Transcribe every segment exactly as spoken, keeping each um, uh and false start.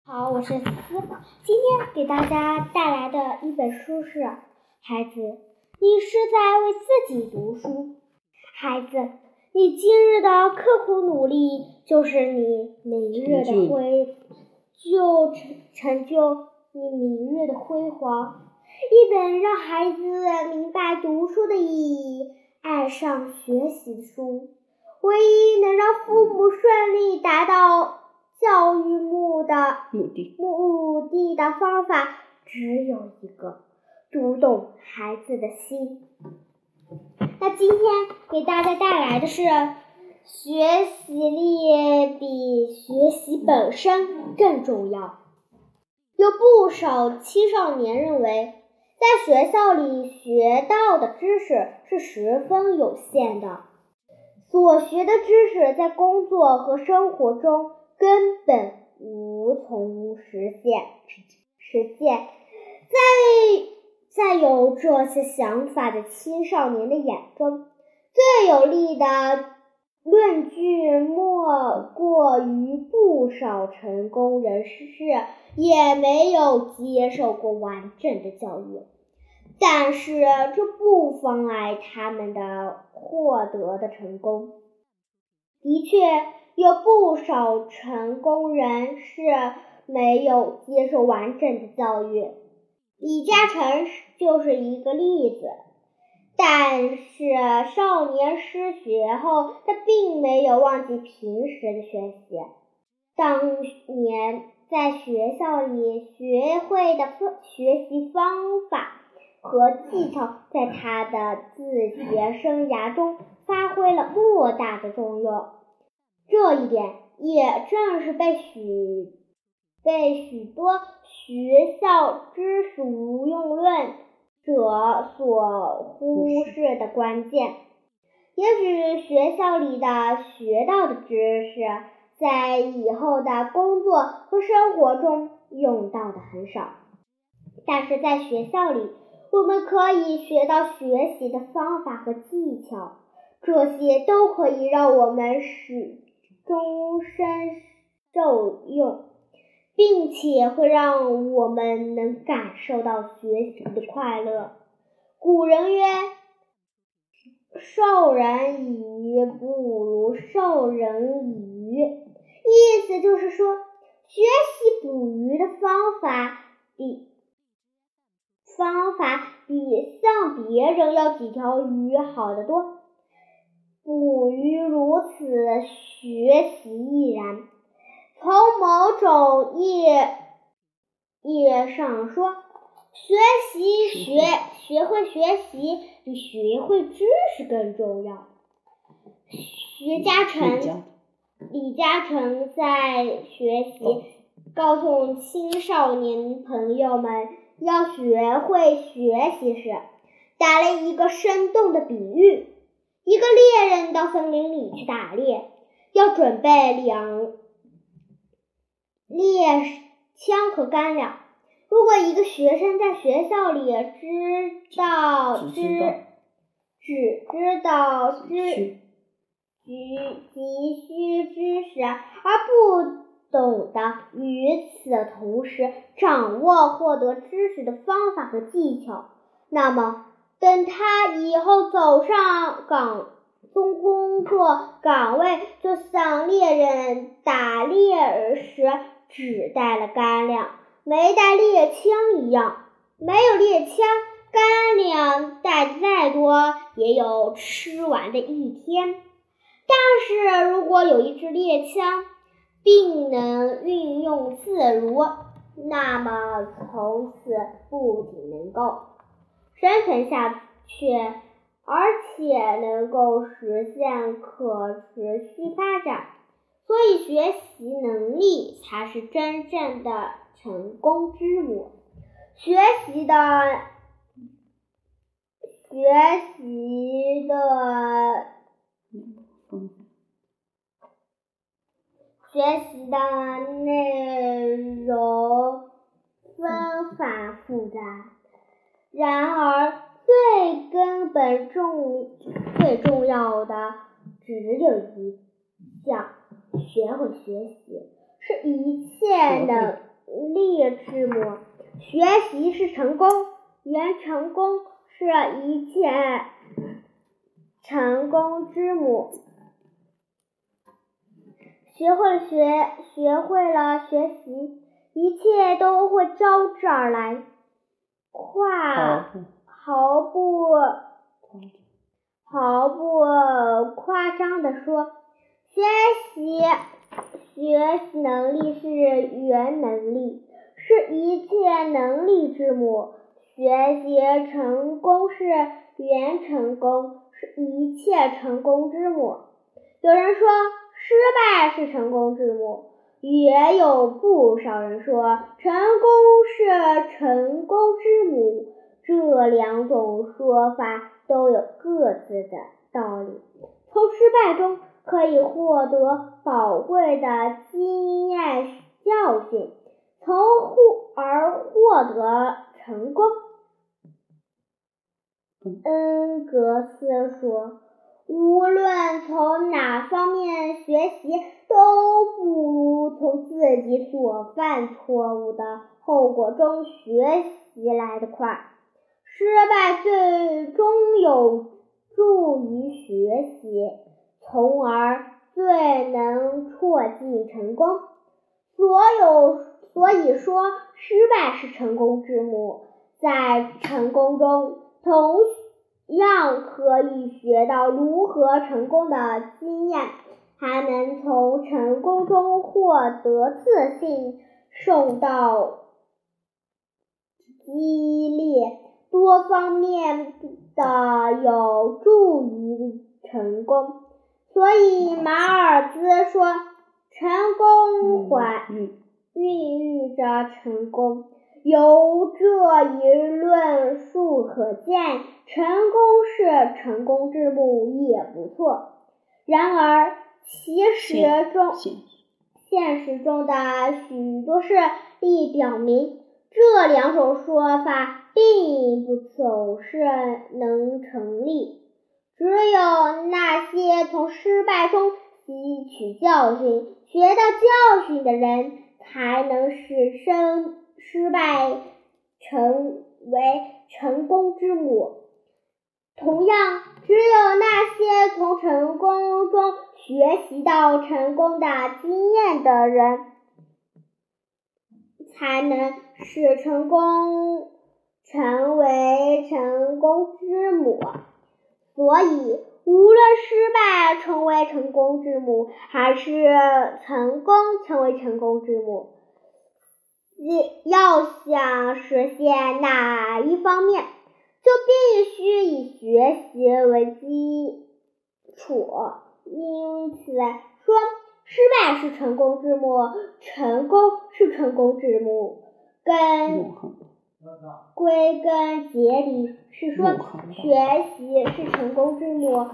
好，我是思思，今天给大家带来的一本书是《孩子，你是在为自己读书》。孩子，你今日的刻苦努力，就是你明日的辉，就成成就你明日的辉煌。一本让孩子明白读书的意义，爱上学习的书，唯一能让父母顺利达到教育目的目的目的的方法只有一个，读懂孩子的心。那今天给大家带来的是，学习力比学习本身更重要。有不少青少年认为，在学校里学到的知识是十分有限的，所学的知识在工作和生活中根本无从实现。实践，在在有这些想法的青少年的眼中，最有力的论据莫过于不少成功人士也没有接受过完整的教育，但是这不妨碍他们的获得的成功。的确，有不少成功人士没有接受完整的教育，李嘉诚就是一个例子。但是少年失学后，他并没有忘记平时的学习。当年在学校里学会的学习方法和技巧，在他的自学生涯中发挥了莫大的作用。这一点也正是被许被许多学校知识无用论者所忽视的关键。也许学校里的学到的知识，在以后的工作和生活中用到的很少，但是在学校里，我们可以学到学习的方法和技巧，这些都可以让我们使终身受用，并且会让我们能感受到学习的快乐。古人曰，授人以鱼不如授人以渔，意思就是说，学习捕鱼的方法比方法比向别人要几条鱼好得多。捕鱼如此，学习亦然。从某种意义上说，学习学学会学习比学会知识更重要。徐嘉诚李嘉诚在学习告诉青少年朋友们要学会学习时，打了一个生动的比喻。一个猎人到森林里去打猎，要准备两猎枪和干粮。如果一个学生在学校里知道知只知道知急需知识，而不懂得与此同时掌握获得知识的方法和技巧，那么等他以后走上岗中工作岗位，就像猎人打猎时只带了干粮，没带猎枪一样。没有猎枪，干粮带的再多，也有吃完的一天。但是如果有一支猎枪，并能运用自如，那么从此不仅能够生存下去，而且能够实现可持续发展。所以学习能力才是真正的成功之母。学习的学习的学习的内容纷繁复杂，然而最根本重最重要的只有一项，学会学习是一切能力之母。学习是成功，原成功是一切成功之母。学会了学，学会了学习，一切都会招之而来。跨毫不毫不夸张地说，学习学习能力是原能力，是一切能力之母。学习成功是原成功，是一切成功之母。有人说失败是成功之母，也有不少人说成功是成功之母。这两种说法都有各自的道理。从失败中可以获得宝贵的经验教训，从而获得成功。恩格斯说，无论从哪方面学习，都不如从自己所犯错误的后果中学习来得快。失败最终有助于学习，从而最能促进成功。所有所以说，失败是成功之母。在成功中，同样可以学到如何成功的经验，还能从成功中获得自信，受到激励，多方面的有助于成功。所以马尔兹说，成功怀孕育着成功。由这一论述可见，成功是成功之母也不错。然而其实中现实中的许多事例表明，这两种说法并不总是能成立。只有那些从失败中吸取教训、学到教训的人，才能使生失败成为成功之母。同样，只有那些从成功中学习到成功的经验的人，才能使成功成为成功之母。所以，无论失败成为成功之母，还是成功成为成功之母，要想实现哪一方面，就必须以学习为基础。因此说，失败是成功之母，成功是成功之母。根归根结底是说，学习是成功之母，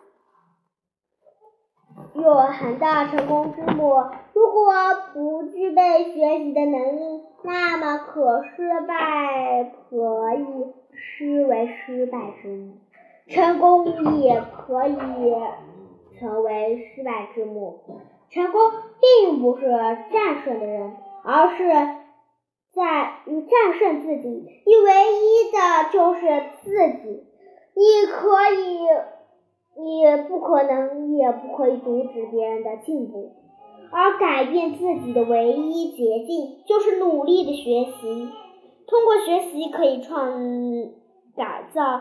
永恒的成功之母。如果不具备学习的能力，那么可失败可以视为失败之母，成功也可以成为失败之母。成功并不是战胜的人，而是在于战胜自己，你唯一的就是自己。你可以你不可能也不可以阻止别人的进步，而改变自己的唯一捷径就是努力的学习。通过学习可以创改造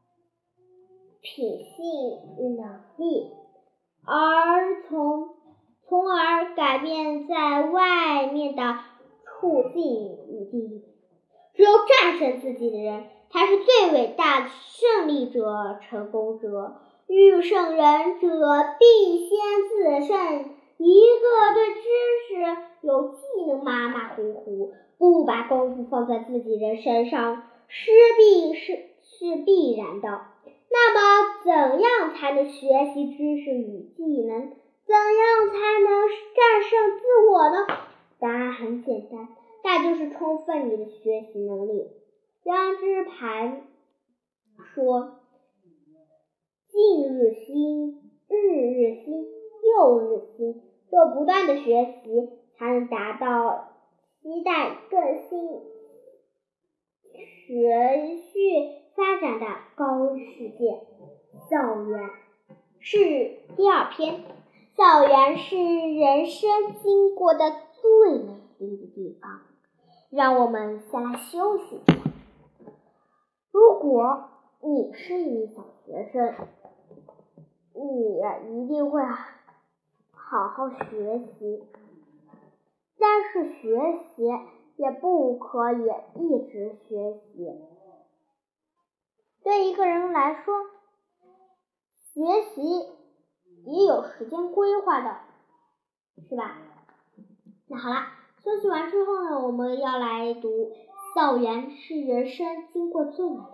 品性能力，而从从而改变在外面的处境与地位。只有战胜自己的人，才是最伟大的胜利者、成功者。欲胜人者，必先自胜。一个对知识有技能马马虎虎，不把功夫放在自己人身上，失必是是必然的。那么，怎样才能学习知识与技能？怎样才能战胜自我呢？答案很简单，那就是充分你的学习能力。杨之盘说，近日新，日日新，又日新，只有不断的学习，才能达到其期待更新持续发展的高世界。校园是第二篇，校园是人生经过的最美丽的地方。让我们先来休息一下。如果你是一名小学生，你一定会好好学习，但是学习也不可以一直学习。对一个人来说，学习也有时间规划的，是吧？那好了，休息完之后呢，我们要来读校园是人生经过最美的。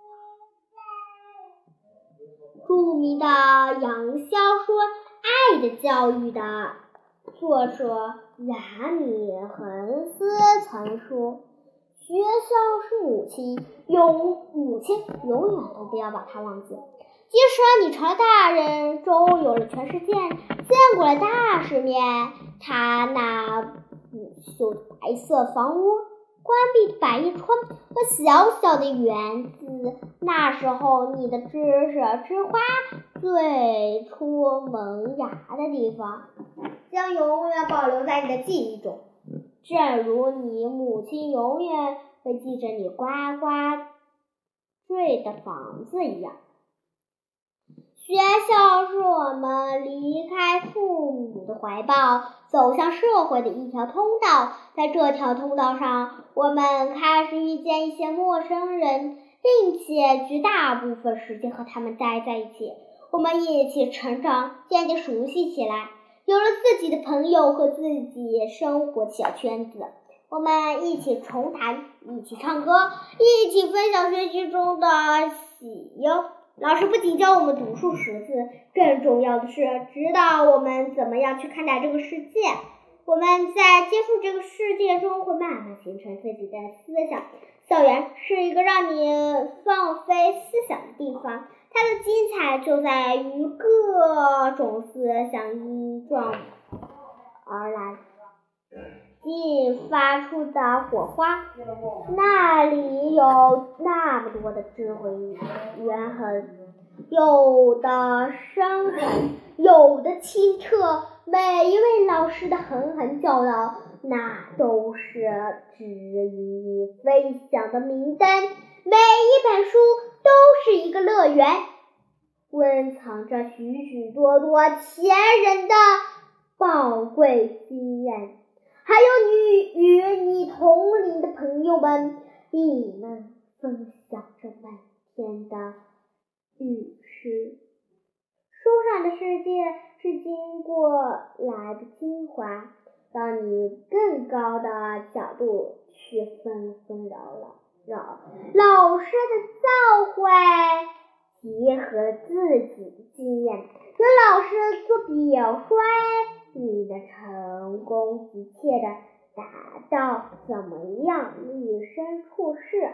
著名的洋小说《爱的教育》的作者冉米恒斯曾说，学校是母亲，永母亲永远都不要把它忘记。即使你成了大人，周游了全世界，见过了大世面，他那不锈的白色房屋，关闭的百叶窗和小小的园子，那时候你的知识之花最初萌芽的地方，将永远保留在你的记忆中，正如你母亲永远会记着你呱呱坠的房子一样。学校是我们离开父母的怀抱，走向社会的一条通道。在这条通道上，我们开始遇见一些陌生人，并且绝大部分时间和他们待在一起。我们一起成长，渐渐熟悉起来，有了自己的朋友和自己生活的小圈子。我们一起重谈，一起唱歌，一起分享学习中的喜忧。老师不仅教我们读书识字，更重要的是指导我们怎么样去看待这个世界。我们在接触这个世界中会慢慢形成自己的思想。校园是一个让你放飞思想的地方，它的精彩就在于各种思想依撞而来激发出的火花，那里有那么多的智慧缘痕，有的深沉，有的清澈。每一位老师的狠狠教导，那都是指引你飞翔的明灯。每一本书都是一个乐园，温藏着许许多多前人的宝贵经验。还有你与你同龄的朋友们，你们分享着每天的语诗。书上的世界是经过来的精华，让你更高的角度去纷纷扰扰。老师的教诲结合了自己的经验，有老师做表率，你的成功急切的达到怎么样立身处世。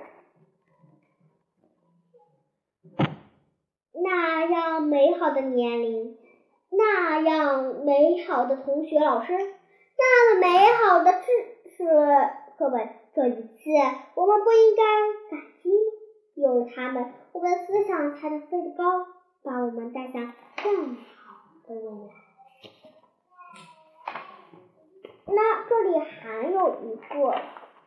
那样美好的年龄，那样美好的同学老师，那么美好的知识课本，这一次我们不应该感激吗？有了他们，我们的思想才能飞得高，把我们带向更好的未来。那这里还有一个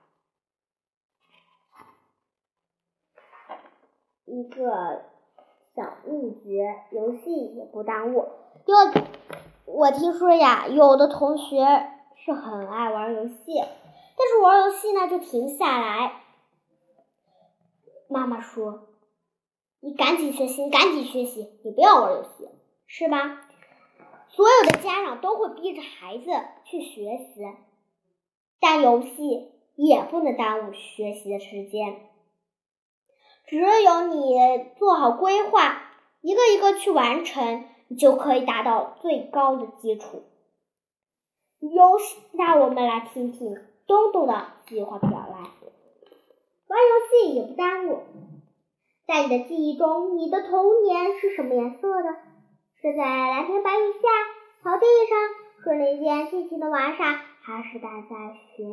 一个小秘诀，游戏也不耽误。有我听说呀，有的同学是很爱玩游戏，但是玩游戏呢就停不下来。妈妈说：“你赶紧学习，你赶紧学习，你不要玩游戏，是吧？”所有的家长都会逼着孩子去学习，但游戏也不能耽误学习的时间。只有你做好规划，一个一个去完成，你就可以达到最高的基础。游戏，那我们来听听东东的计划表来。玩游戏也不耽误。在你的记忆中，你的童年是什么颜色的？是在蓝天白云下，草地上，是那件尽情的玩耍，还是待在学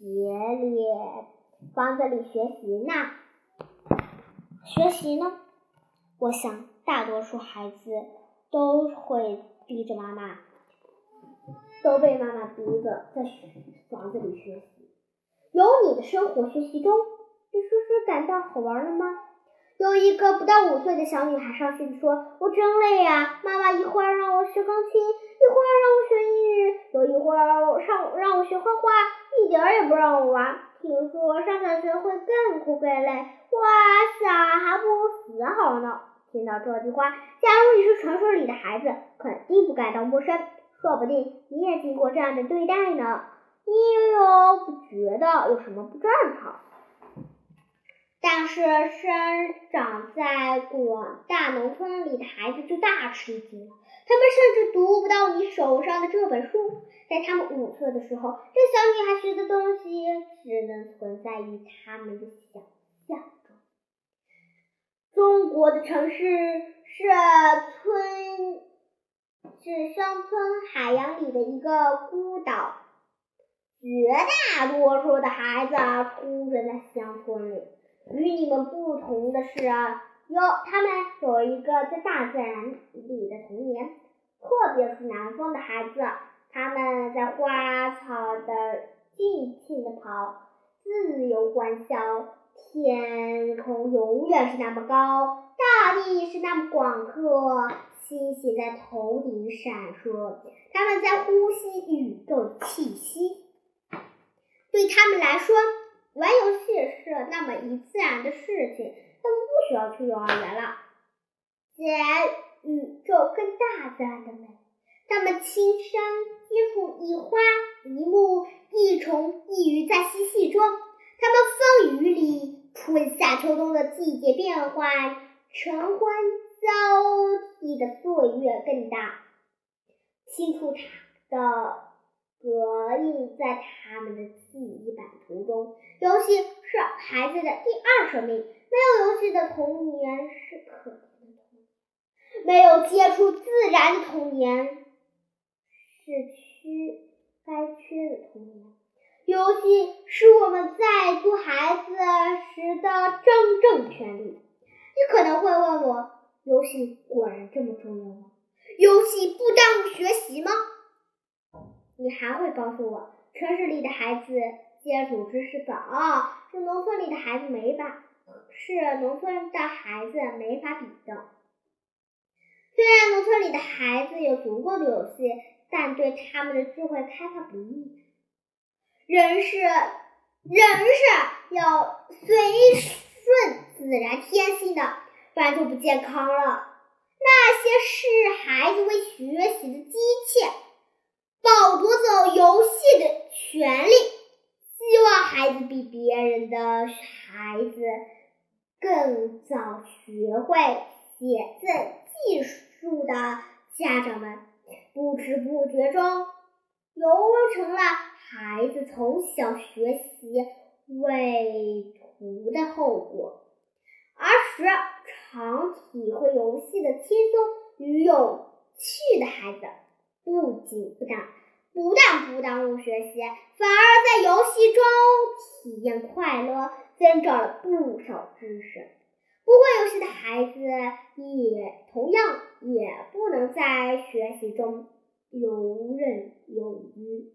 里房子里学习呢？学习呢？我想大多数孩子都会逼着妈妈，都被妈妈逼着在房子里学习。有你的生活学习中，你说说感到好玩了吗？有一个不到五岁的小女孩伤心地说：“我真累呀，妈妈一会儿让我学钢琴，一会儿让我学英语，有一会儿让让我学画画，一点儿也不让我玩。听说上小学会更苦更累，哇塞，还不如死好呢。”听到这句话，假如你是传说里的孩子，肯定不感到陌生，说不定你也经过这样的对待呢。你又不觉得有什么不正常？但是生长在广大农村里的孩子就大吃一惊了，他们甚至读不到你手上的这本书。在他们五岁的时候，这小女孩学的东西只能存在于他们的想象中。中国的城市是村是乡村海洋里的一个孤岛，绝大多数的孩子出生在乡村里。与你们不同的是，有他们有一个在大自然里的童年，特别是南方的孩子，他们在花草的尽情的跑，自由欢笑，天空永远是那么高，大地是那么广阔，星星在头顶闪烁，他们在呼吸宇宙的气息。对他们来说，玩游戏是那么一自然的事情，他们不需要去幼儿园了。见宇宙跟大自然的美，他们亲身接触一花一木一虫一鱼在嬉戏中，他们风雨里春夏秋冬的季节变换，晨昏交替的岁月更大，清楚它的隔印在他们的记忆版图中。游戏是孩子的第二生命，没有游戏的童年是可怜的童年，没有接触自然的童年是缺该缺的童年。游戏是我们在做孩子时的真正权利。你可能会问我，游戏果然这么重要吗？游戏不耽误学习吗？你还会告诉我，城市里的孩子接触知识早，是农村里的孩子没法，是农村的孩子没法比的。虽然农村里的孩子有足够的游戏，但对他们的智慧开发不易。人是人是要随顺自然天性的，不然就不健康了。那些是孩子为学习的机器，剥夺走游戏的权利，希望孩子比别人的孩子更早学会写字技术的家长们，不知不觉中游成了孩子从小学习为图的后果，而使常体会游戏的轻松与有趣的孩子，不仅不但不但不耽误学习，反而在游戏中体验快乐，增长了不少知识。不会游戏的孩子也同样也不能在学习中游刃有余。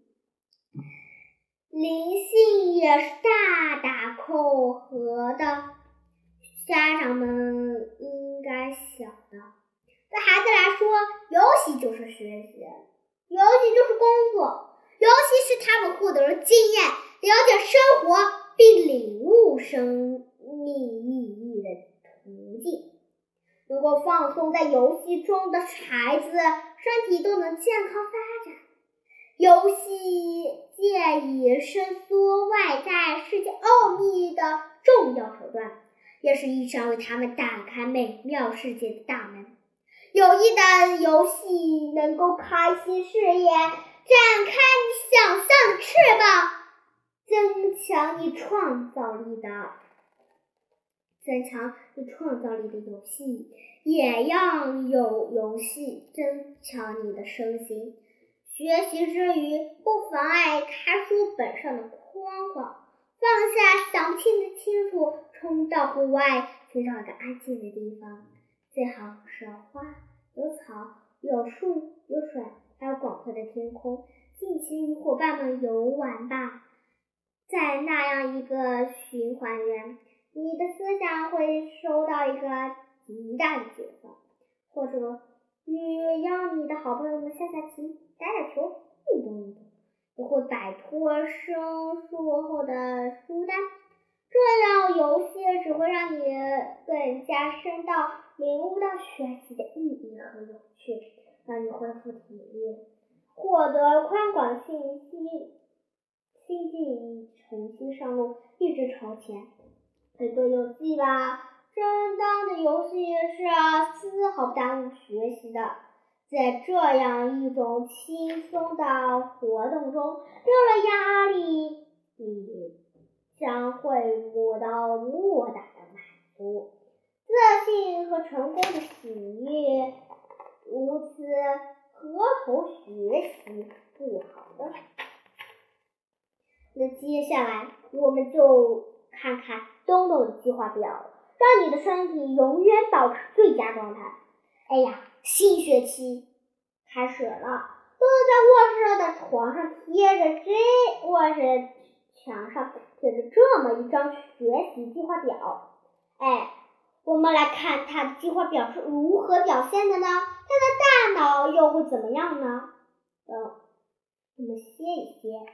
灵性也是大打扣合的，家长们应该想的。对孩子来说，游戏就是学习，游戏就是工作，游戏是他们获得了经验，了解生活并领悟生命意义的途径。如果放松在游戏中的孩子，身体都能健康发展。游戏借以伸缩外在世界奥秘的重要手段，也是一扇为他们打开美妙世界的大门。有益的游戏能够开启视野，展开你想象的翅膀，增强你创造力的增强你创造力的游戏，也让有游戏增强你的身心。学习之余，不妨碍看书本上的框慌，放下想不清的清楚，冲到户外寻找一个安静的地方，最好是有花有草有树有水，还有广阔的天空，尽情与伙伴们游玩吧。在那样一个循环园，你的思想会收到一个极大的解放，或者与邀你的好朋友们下下棋、打打球、运动运动，也会摆脱生疏后的孤单。这样游戏只会让你更加深到领悟到学习的意义和有趣，让你恢复体力，获得宽广的信息，心境重新上路，一直朝前。回归游戏吧，正当的游戏是丝毫不耽误学习的。在这样一种轻松的活动中，没有了压力，你将会摸到莫大的满足、自信和成功的喜悦。如此，何愁学习不好呢？那接下来我们就看看东东的计划表，让你的身体永远保持最佳状态。哎呀，新学期开始了，东东在卧室的床上贴着这卧室墙上贴着这么一张学习计划表。哎，我们来看他的计划表是如何表现的呢？他的大脑又会怎么样呢？嗯，我们歇一歇。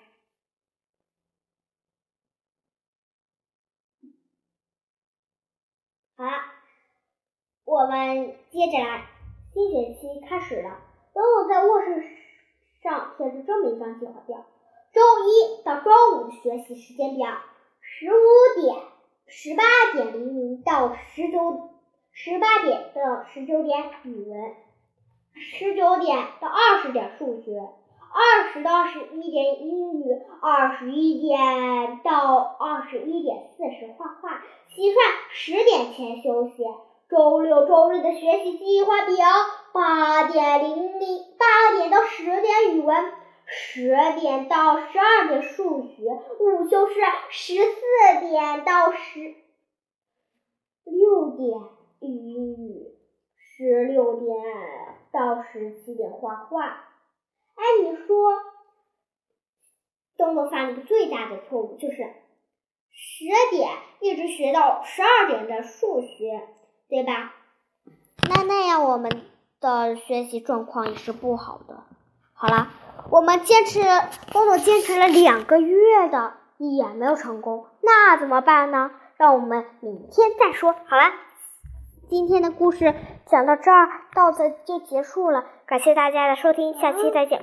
好了，我们接着来，新学期开始了。东东在卧室上贴着这么一张计划表：周一到周五的学习时间表，十五点、十八点零零到十九、十八点到十九点语文，十九点到二十点数学，二十到二十一点英语，二十一点到二十一点四十画画，洗涮，十点前休息。周六周日的学习计划表，八点零零八点到十点语文，十点到十二点数学，午休是十四点到十六点英语，十六点到十七点画画。哎，你说东东犯了一个最大的错误，就是十点一直学到十二点的数学，对吧？那那样我们的学习状况也是不好的。好了，我们坚持，东东坚持了两个月的也没有成功，那怎么办呢？让我们明天再说。好了，今天的故事讲到这儿，到此就结束了。感谢大家的收听，下期再见。